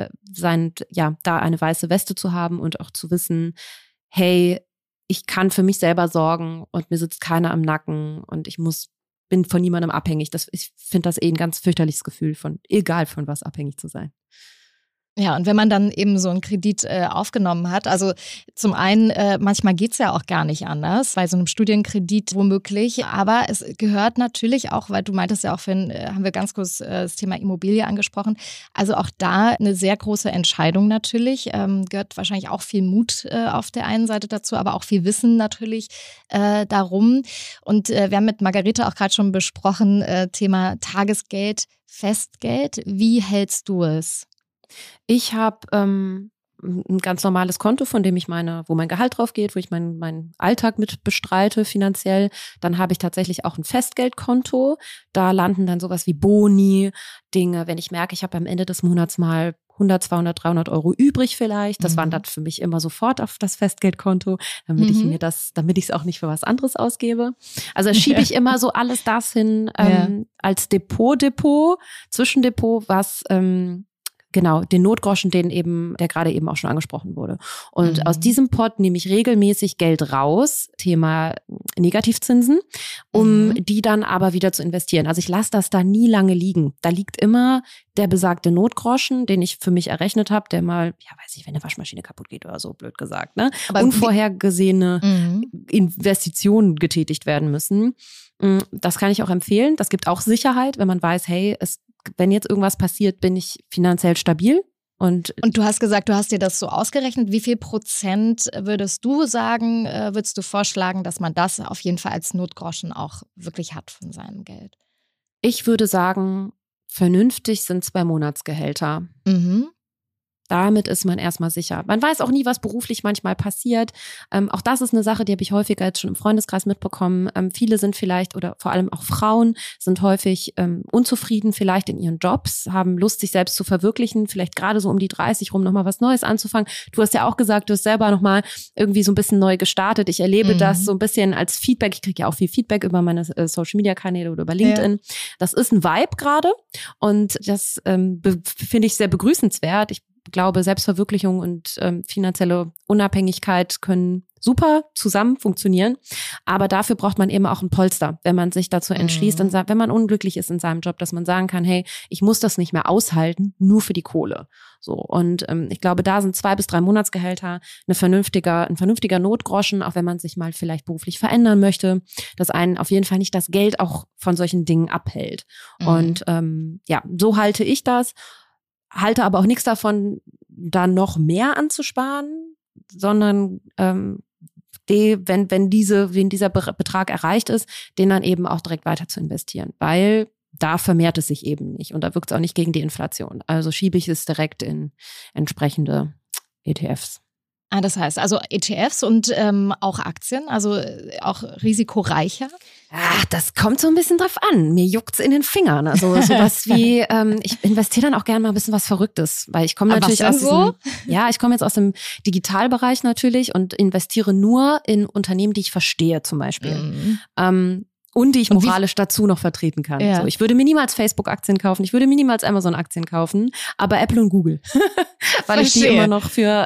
C: da eine weiße Weste zu haben und auch zu wissen, hey, ich kann für mich selber sorgen und mir sitzt keiner am Nacken und bin von niemandem abhängig. Ich finde das ein ganz fürchterliches Gefühl, egal von was abhängig zu sein.
B: Ja, und wenn man dann eben so einen Kredit aufgenommen hat, also zum einen, manchmal geht's ja auch gar nicht anders, bei so einem Studienkredit womöglich, aber es gehört natürlich auch, weil du meintest ja auch, haben wir ganz kurz das Thema Immobilie angesprochen, also auch da eine sehr große Entscheidung natürlich, gehört wahrscheinlich auch viel Mut auf der einen Seite dazu, aber auch viel Wissen natürlich darum. Und wir haben mit Margarete auch gerade schon besprochen, Thema Tagesgeld, Festgeld. Wie hältst du es?
C: Ich habe ein ganz normales Konto, wo mein Gehalt drauf geht, wo ich meinen Alltag mit bestreite finanziell. Dann habe ich tatsächlich auch ein Festgeldkonto. Da landen dann sowas wie Boni, Dinge, wenn ich merke, ich habe am Ende des Monats mal 100, 200, 300 € übrig vielleicht. Das wandert für mich immer sofort auf das Festgeldkonto, damit ich es auch nicht für was anderes ausgebe. Also schiebe ich immer so alles das hin als Depot, Zwischendepot, was Genau, den Notgroschen, der gerade eben auch schon angesprochen wurde. Und aus diesem Pot nehme ich regelmäßig Geld raus, Thema Negativzinsen, um die dann aber wieder zu investieren. Also ich lasse das da nie lange liegen. Da liegt immer der besagte Notgroschen, den ich für mich errechnet habe, der mal, weiß ich, wenn eine Waschmaschine kaputt geht oder so, blöd gesagt, ne? Aber unvorhergesehene Investitionen getätigt werden müssen. Das kann ich auch empfehlen. Das gibt auch Sicherheit, wenn man weiß, hey, wenn jetzt irgendwas passiert, bin ich finanziell stabil. Und
B: du hast gesagt, du hast dir das so ausgerechnet. Wie viel Prozent würdest du sagen, würdest du vorschlagen, dass man das auf jeden Fall als Notgroschen auch wirklich hat von seinem Geld?
C: Ich würde sagen, vernünftig sind 2 Monatsgehälter. Damit ist man erstmal sicher. Man weiß auch nie, was beruflich manchmal passiert. Auch das ist eine Sache, die habe ich häufiger jetzt schon im Freundeskreis mitbekommen. Viele sind vielleicht, oder vor allem auch Frauen, sind häufig unzufrieden vielleicht in ihren Jobs, haben Lust, sich selbst zu verwirklichen, vielleicht gerade so um die 30 rum nochmal was Neues anzufangen. Du hast ja auch gesagt, du hast selber nochmal irgendwie so ein bisschen neu gestartet. Ich erlebe das so ein bisschen als Feedback. Ich kriege ja auch viel Feedback über meine Social-Media-Kanäle oder über LinkedIn. Ja. Das ist ein Vibe gerade und das finde ich sehr begrüßenswert. Ich glaube, Selbstverwirklichung und finanzielle Unabhängigkeit können super zusammen funktionieren. Aber dafür braucht man eben auch ein Polster, wenn man sich dazu entschließt und sagt, wenn man unglücklich ist in seinem Job, dass man sagen kann, hey, ich muss das nicht mehr aushalten, nur für die Kohle. So. Und ich glaube, da sind 2 bis 3 Monatsgehälter ein vernünftiger Notgroschen, auch wenn man sich mal vielleicht beruflich verändern möchte, dass einen auf jeden Fall nicht das Geld auch von solchen Dingen abhält. Und so halte ich das. Halte aber auch nichts davon, da noch mehr anzusparen, sondern wenn dieser Betrag erreicht ist, den dann eben auch direkt weiter zu investieren, weil da vermehrt es sich eben nicht und da wirkt es auch nicht gegen die Inflation. Also schiebe ich es direkt in entsprechende ETFs.
B: Das heißt, also ETFs und auch Aktien, also auch risikoreicher?
C: Das kommt so ein bisschen drauf an. Mir juckt's in den Fingern. Also sowas wie, ich investiere dann auch gerne mal ein bisschen was Verrücktes, weil ich komme natürlich ich komme jetzt aus dem Digitalbereich natürlich und investiere nur in Unternehmen, die ich verstehe zum Beispiel. Und die ich moralisch dazu noch vertreten kann. Ja. So, ich würde mir niemals Facebook-Aktien kaufen, ich würde mir niemals Amazon-Aktien kaufen, aber Apple und Google. Weil ich die immer noch für,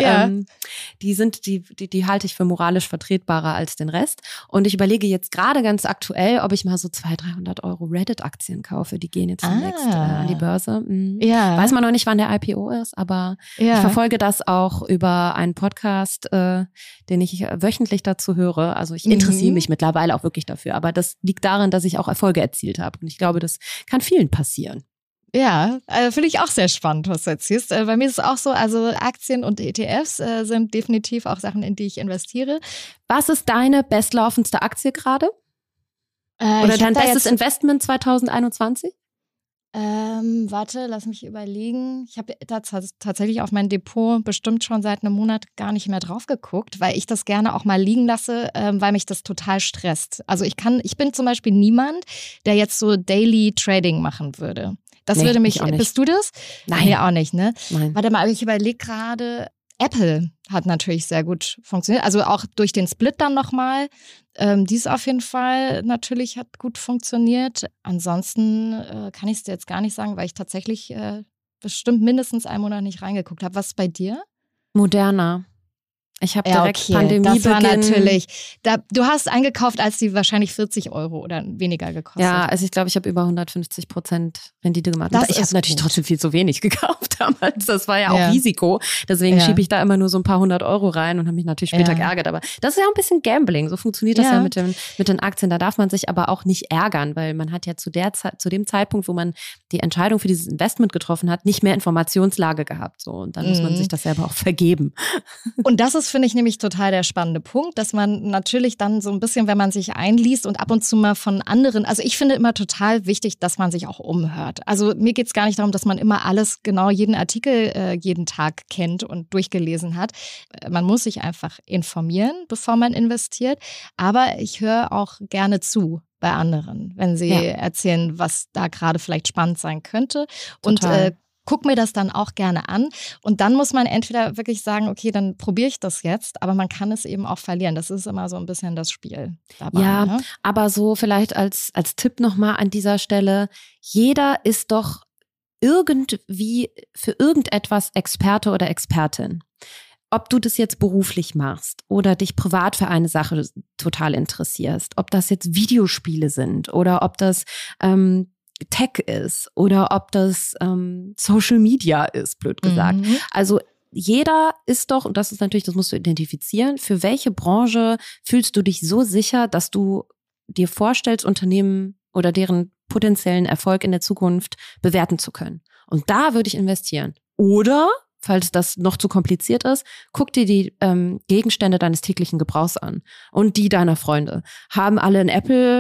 C: die halte ich für moralisch vertretbarer als den Rest. Und ich überlege jetzt gerade ganz aktuell, ob ich mal so 200-300 Euro Reddit-Aktien kaufe. Die gehen jetzt demnächst an die Börse. Ja. Weiß man noch nicht, wann der IPO ist, aber ich verfolge das auch über einen Podcast, den ich wöchentlich dazu höre. Also ich interessiere mich mittlerweile auch wirklich dafür, aber das liegt daran, dass ich auch Erfolge erzielt habe. Und ich glaube, das kann vielen passieren.
B: Ja, finde ich auch sehr spannend, was du erzählst. Bei mir ist es auch so, also Aktien und ETFs sind definitiv auch Sachen, in die ich investiere.
C: Was ist deine bestlaufendste Aktie gerade? Oder dein bestes Investment 2021?
B: Warte, lass mich überlegen. Ich habe da tatsächlich auf mein Depot bestimmt schon seit einem Monat gar nicht mehr drauf geguckt, weil ich das gerne auch mal liegen lasse, weil mich das total stresst. Also ich bin zum Beispiel niemand, der jetzt so Daily Trading machen würde. Das würde mich, bist du das?
C: Nein.
B: Ja, auch nicht, ne?
C: Nein.
B: Warte mal, ich überlege gerade, Apple hat natürlich sehr gut funktioniert. Also auch durch den Split dann nochmal. Dies auf jeden Fall natürlich hat gut funktioniert. Ansonsten kann ich es dir jetzt gar nicht sagen, weil ich tatsächlich bestimmt mindestens einen Monat nicht reingeguckt habe. Was ist bei dir?
C: Moderna. Ich habe direkt Pandemiebeginn.
B: Das war natürlich, du hast eingekauft, als die wahrscheinlich 40 Euro oder weniger gekostet.
C: Ja, also ich glaube, ich habe über 150% Rendite gemacht. Ich habe natürlich trotzdem viel zu wenig gekauft damals. Das war ja auch Risiko. Deswegen schiebe ich da immer nur so ein paar 100 Euro rein und habe mich natürlich später geärgert. Aber das ist ja ein bisschen Gambling. So funktioniert das ja mit den Aktien. Da darf man sich aber auch nicht ärgern, weil man hat ja zu dem Zeitpunkt, wo man die Entscheidung für dieses Investment getroffen hat, nicht mehr Informationslage gehabt. So. Und dann muss man sich das selber auch vergeben.
B: Und das ist, finde ich, nämlich total der spannende Punkt, dass man natürlich dann so ein bisschen, wenn man sich einliest und ab und zu mal von anderen, also ich finde immer total wichtig, dass man sich auch umhört. Also mir geht es gar nicht darum, dass man immer alles, genau jeden Artikel jeden Tag kennt und durchgelesen hat. Man muss sich einfach informieren, bevor man investiert. Aber ich höre auch gerne zu bei anderen, wenn sie erzählen, was da gerade vielleicht spannend sein könnte. Total. Und guck mir das dann auch gerne an. Und dann muss man entweder wirklich sagen, okay, dann probiere ich das jetzt, aber man kann es eben auch verlieren. Das ist immer so ein bisschen das Spiel dabei.
C: Ja,
B: ne?
C: Aber so vielleicht als Tipp nochmal an dieser Stelle, jeder ist doch irgendwie für irgendetwas Experte oder Expertin. Ob du das jetzt beruflich machst oder dich privat für eine Sache total interessierst, ob das jetzt Videospiele sind oder ob das Tech ist oder ob das Social Media ist, blöd gesagt. Also jeder ist doch, und das ist natürlich, das musst du identifizieren, für welche Branche fühlst du dich so sicher, dass du dir vorstellst, Unternehmen oder deren potenziellen Erfolg in der Zukunft bewerten zu können. Und da würde ich investieren. Oder, falls das noch zu kompliziert ist, guck dir die Gegenstände deines täglichen Gebrauchs an und die deiner Freunde. Haben alle ein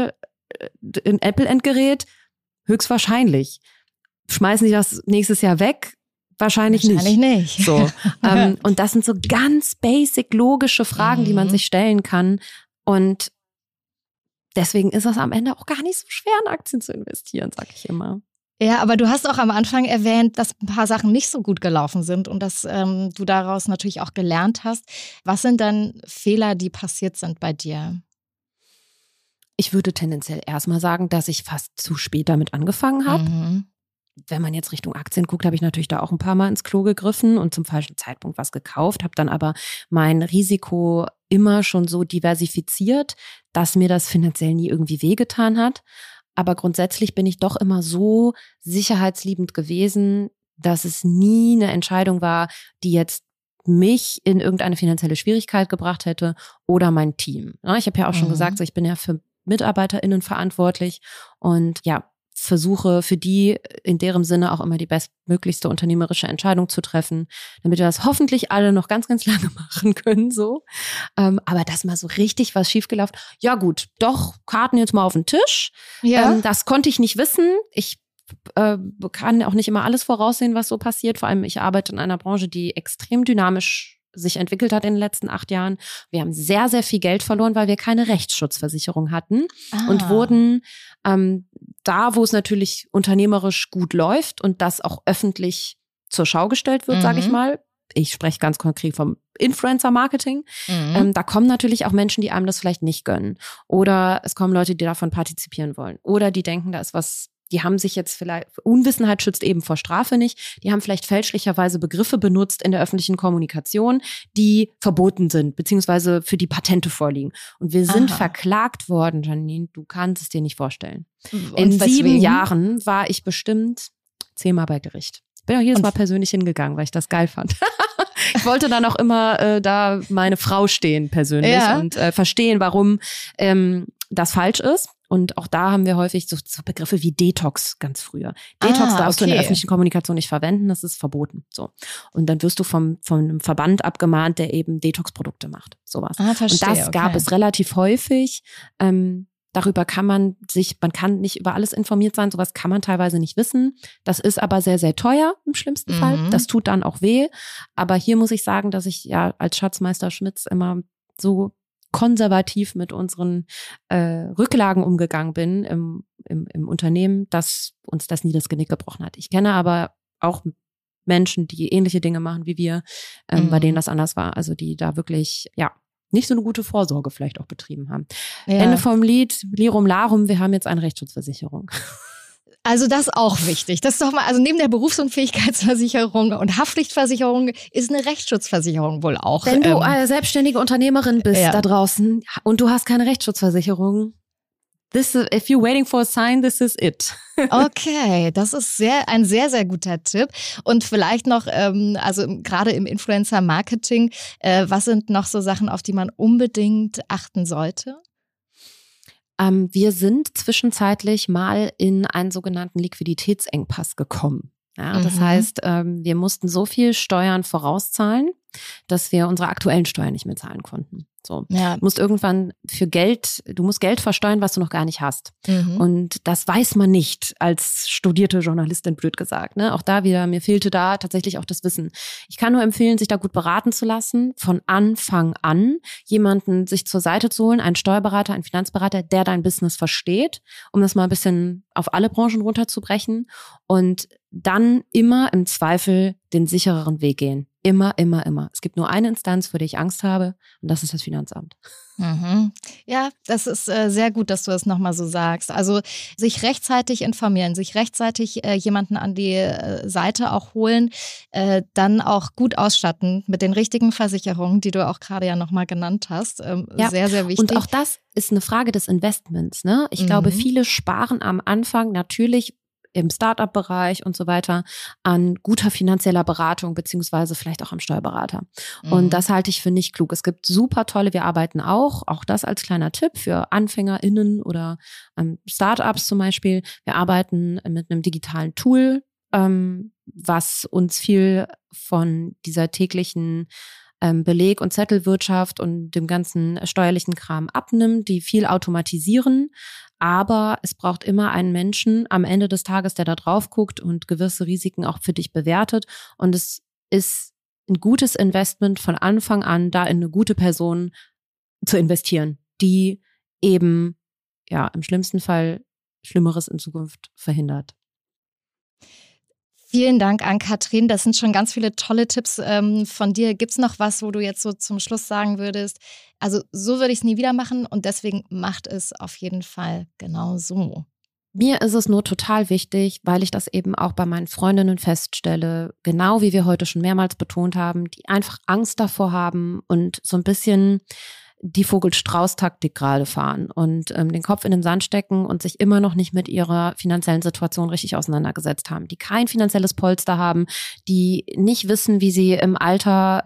C: Apple-Endgerät? Höchstwahrscheinlich. Schmeißen die das nächstes Jahr weg? Wahrscheinlich nicht. So. Und das sind so ganz basic, logische Fragen, die man sich stellen kann. Und deswegen ist es am Ende auch gar nicht so schwer, in Aktien zu investieren, sag ich immer.
B: Ja, aber du hast auch am Anfang erwähnt, dass ein paar Sachen nicht so gut gelaufen sind und dass du daraus natürlich auch gelernt hast. Was sind dann Fehler, die passiert sind bei dir?
C: Ich würde tendenziell erstmal sagen, dass ich fast zu spät damit angefangen habe. Wenn man jetzt Richtung Aktien guckt, habe ich natürlich da auch ein paar Mal ins Klo gegriffen und zum falschen Zeitpunkt was gekauft, habe dann aber mein Risiko immer schon so diversifiziert, dass mir das finanziell nie irgendwie wehgetan hat. Aber grundsätzlich bin ich doch immer so sicherheitsliebend gewesen, dass es nie eine Entscheidung war, die jetzt mich in irgendeine finanzielle Schwierigkeit gebracht hätte oder mein Team. Ich habe ja auch schon gesagt, ich bin ja für MitarbeiterInnen verantwortlich und ja, versuche für die in deren Sinne auch immer die bestmöglichste unternehmerische Entscheidung zu treffen, damit wir das hoffentlich alle noch ganz, ganz lange machen können, so. Aber dass mal so richtig was schiefgelaufen, ja gut, doch, Karten jetzt mal auf den Tisch. Ja. Das konnte ich nicht wissen. Ich kann auch nicht immer alles voraussehen, was so passiert. Vor allem, ich arbeite in einer Branche, die extrem dynamisch sich entwickelt hat in den letzten 8 Jahren. Wir haben sehr, sehr viel Geld verloren, weil wir keine Rechtsschutzversicherung hatten und wurden da, wo es natürlich unternehmerisch gut läuft und das auch öffentlich zur Schau gestellt wird, sage ich mal. Ich spreche ganz konkret vom Influencer-Marketing. Da kommen natürlich auch Menschen, die einem das vielleicht nicht gönnen. Oder es kommen Leute, die davon partizipieren wollen. Oder die denken, da ist was, die haben sich jetzt vielleicht, Unwissenheit schützt eben vor Strafe nicht, die haben vielleicht fälschlicherweise Begriffe benutzt in der öffentlichen Kommunikation, die verboten sind, beziehungsweise für die Patente vorliegen. Und wir sind verklagt worden, Janine, du kannst es dir nicht vorstellen. Und in 7 Jahren war ich bestimmt 10-mal bei Gericht. Ich bin auch jedes Mal persönlich hingegangen, weil ich das geil fand. Ich wollte dann auch immer da meine Frau stehen persönlich und verstehen, warum das falsch ist. Und auch da haben wir häufig so Begriffe wie Detox ganz früher. Detox darfst du in der öffentlichen Kommunikation nicht verwenden, das ist verboten. So. Und dann wirst du von einem Verband abgemahnt, der eben Detox-Produkte macht. Sowas.
B: Verstehe,
C: und das gab es relativ häufig. Darüber kann man kann nicht über alles informiert sein, sowas kann man teilweise nicht wissen. Das ist aber sehr, sehr teuer im schlimmsten Fall. Das tut dann auch weh. Aber hier muss ich sagen, dass ich ja als Schatzmeister Schmitz immer so konservativ mit unseren Rücklagen umgegangen bin im Unternehmen, dass uns das nie das Genick gebrochen hat. Ich kenne aber auch Menschen, die ähnliche Dinge machen wie wir, bei denen das anders war. Also die da wirklich, nicht so eine gute Vorsorge vielleicht auch betrieben haben. Ja. Ende vom Lied, Lirum Larum, wir haben jetzt eine Rechtsschutzversicherung.
B: Also das ist auch wichtig. Das ist doch mal, also neben der Berufsunfähigkeitsversicherung und Haftpflichtversicherung ist eine Rechtsschutzversicherung wohl auch.
C: Wenn du eine selbstständige Unternehmerin bist da draußen und du hast keine Rechtsschutzversicherung, if you're waiting for a sign, this is it.
B: Okay, das ist ein sehr, sehr guter Tipp. Und vielleicht noch, also gerade im Influencer-Marketing, was sind noch so Sachen, auf die man unbedingt achten sollte?
C: Wir sind zwischenzeitlich mal in einen sogenannten Liquiditätsengpass gekommen. Ja, das heißt, wir mussten so viel Steuern vorauszahlen, dass wir unsere aktuellen Steuern nicht mehr zahlen konnten. So, du musst irgendwann du musst Geld versteuern, was du noch gar nicht hast. Und das weiß man nicht als studierte Journalistin, blöd gesagt. Ne? Auch da wieder, mir fehlte da tatsächlich auch das Wissen. Ich kann nur empfehlen, sich da gut beraten zu lassen, von Anfang an jemanden sich zur Seite zu holen, einen Steuerberater, einen Finanzberater, der dein Business versteht, um das mal ein bisschen auf alle Branchen runterzubrechen. Und dann immer im Zweifel den sichereren Weg gehen. Immer, immer, immer. Es gibt nur eine Instanz, vor der ich Angst habe, und das ist das Finanzamt.
B: Mhm. Ja, das ist sehr gut, dass du das nochmal so sagst. Also sich rechtzeitig informieren, sich rechtzeitig jemanden an die Seite auch holen, dann auch gut ausstatten mit den richtigen Versicherungen, die du auch gerade ja nochmal genannt hast. Sehr, sehr wichtig.
C: Und auch das ist eine Frage des Investments, ne? Ich glaube, viele sparen am Anfang natürlich im Start-up-Bereich und so weiter an guter finanzieller Beratung beziehungsweise vielleicht auch am Steuerberater. Und das halte ich für nicht klug. Es gibt super tolle, wir arbeiten auch das als kleiner Tipp für AnfängerInnen oder Start-ups zum Beispiel. Wir arbeiten mit einem digitalen Tool, was uns viel von dieser täglichen Beleg- und Zettelwirtschaft und dem ganzen steuerlichen Kram abnimmt, die viel automatisieren. Aber es braucht immer einen Menschen am Ende des Tages, der da drauf guckt und gewisse Risiken auch für dich bewertet. Und es ist ein gutes Investment von Anfang an, da in eine gute Person zu investieren, die eben im schlimmsten Fall Schlimmeres in Zukunft verhindert.
B: Vielen Dank an Katrin. Das sind schon ganz viele tolle Tipps von dir. Gibt es noch was, wo du jetzt so zum Schluss sagen würdest? Also so würde ich es nie wieder machen und deswegen macht es auf jeden Fall genau so.
C: Mir ist es nur total wichtig, weil ich das eben auch bei meinen Freundinnen feststelle, genau wie wir heute schon mehrmals betont haben, die einfach Angst davor haben und so ein bisschen die Vogel-Strauß-Taktik gerade fahren und den Kopf in den Sand stecken und sich immer noch nicht mit ihrer finanziellen Situation richtig auseinandergesetzt haben, die kein finanzielles Polster haben, die nicht wissen, wie sie im Alter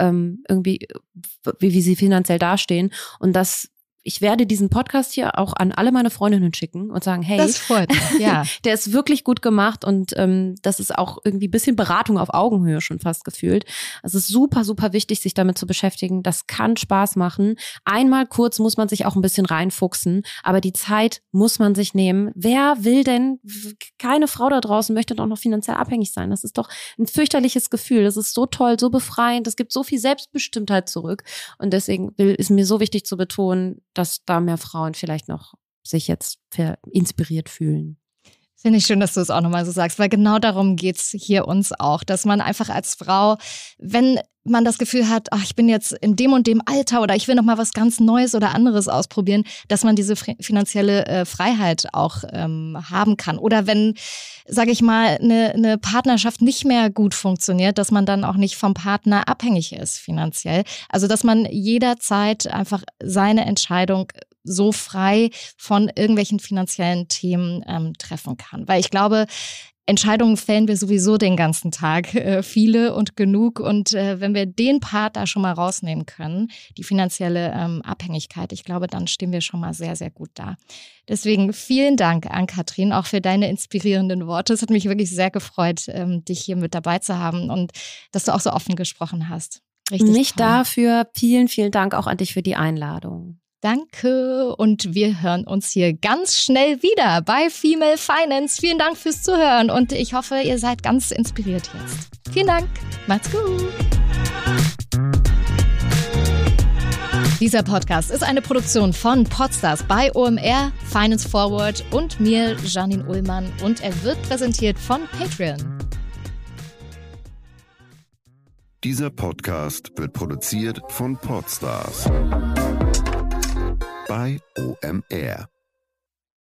C: wie sie finanziell dastehen. Und ich werde diesen Podcast hier auch an alle meine Freundinnen schicken und sagen, hey,
B: das freut mich, ja.
C: Der ist wirklich gut gemacht und das ist auch irgendwie ein bisschen Beratung auf Augenhöhe schon fast gefühlt. Es ist super, super wichtig, sich damit zu beschäftigen. Das kann Spaß machen. Einmal kurz muss man sich auch ein bisschen reinfuchsen, aber die Zeit muss man sich nehmen. Wer will denn, keine Frau da draußen möchte doch noch finanziell abhängig sein. Das ist doch ein fürchterliches Gefühl. Das ist so toll, so befreiend. Das gibt so viel Selbstbestimmtheit zurück. Und deswegen ist mir so wichtig zu betonen, dass da mehr Frauen vielleicht noch sich jetzt inspiriert fühlen.
B: Finde ich schön, dass du es auch nochmal so sagst, weil genau darum geht's hier uns auch, dass man einfach als Frau, wenn man das Gefühl hat, ach, ich bin jetzt in dem und dem Alter oder ich will noch mal was ganz Neues oder anderes ausprobieren, dass man diese finanzielle Freiheit auch haben kann. Oder wenn, sage ich mal, eine Partnerschaft nicht mehr gut funktioniert, dass man dann auch nicht vom Partner abhängig ist finanziell. Also dass man jederzeit einfach seine Entscheidung so frei von irgendwelchen finanziellen Themen treffen kann. Weil ich glaube, Entscheidungen fällen wir sowieso den ganzen Tag, viele und genug. Und wenn wir den Part da schon mal rausnehmen können, die finanzielle Abhängigkeit, ich glaube, dann stehen wir schon mal sehr, sehr gut da. Deswegen vielen Dank an Katrin, auch für deine inspirierenden Worte. Es hat mich wirklich sehr gefreut, dich hier mit dabei zu haben und dass du auch so offen gesprochen hast. Richtig
C: Nicht
B: toll.
C: dafür. Vielen, vielen Dank auch an dich für die Einladung.
B: Danke und wir hören uns hier ganz schnell wieder bei Female Finance. Vielen Dank fürs Zuhören und ich hoffe, ihr seid ganz inspiriert jetzt. Vielen Dank, macht's gut. Dieser Podcast ist eine Produktion von Podstars bei OMR, Finance Forward und mir, Janine Ullmann, und er wird präsentiert von Patreon.
E: Dieser Podcast wird produziert von Podstars bei OMR.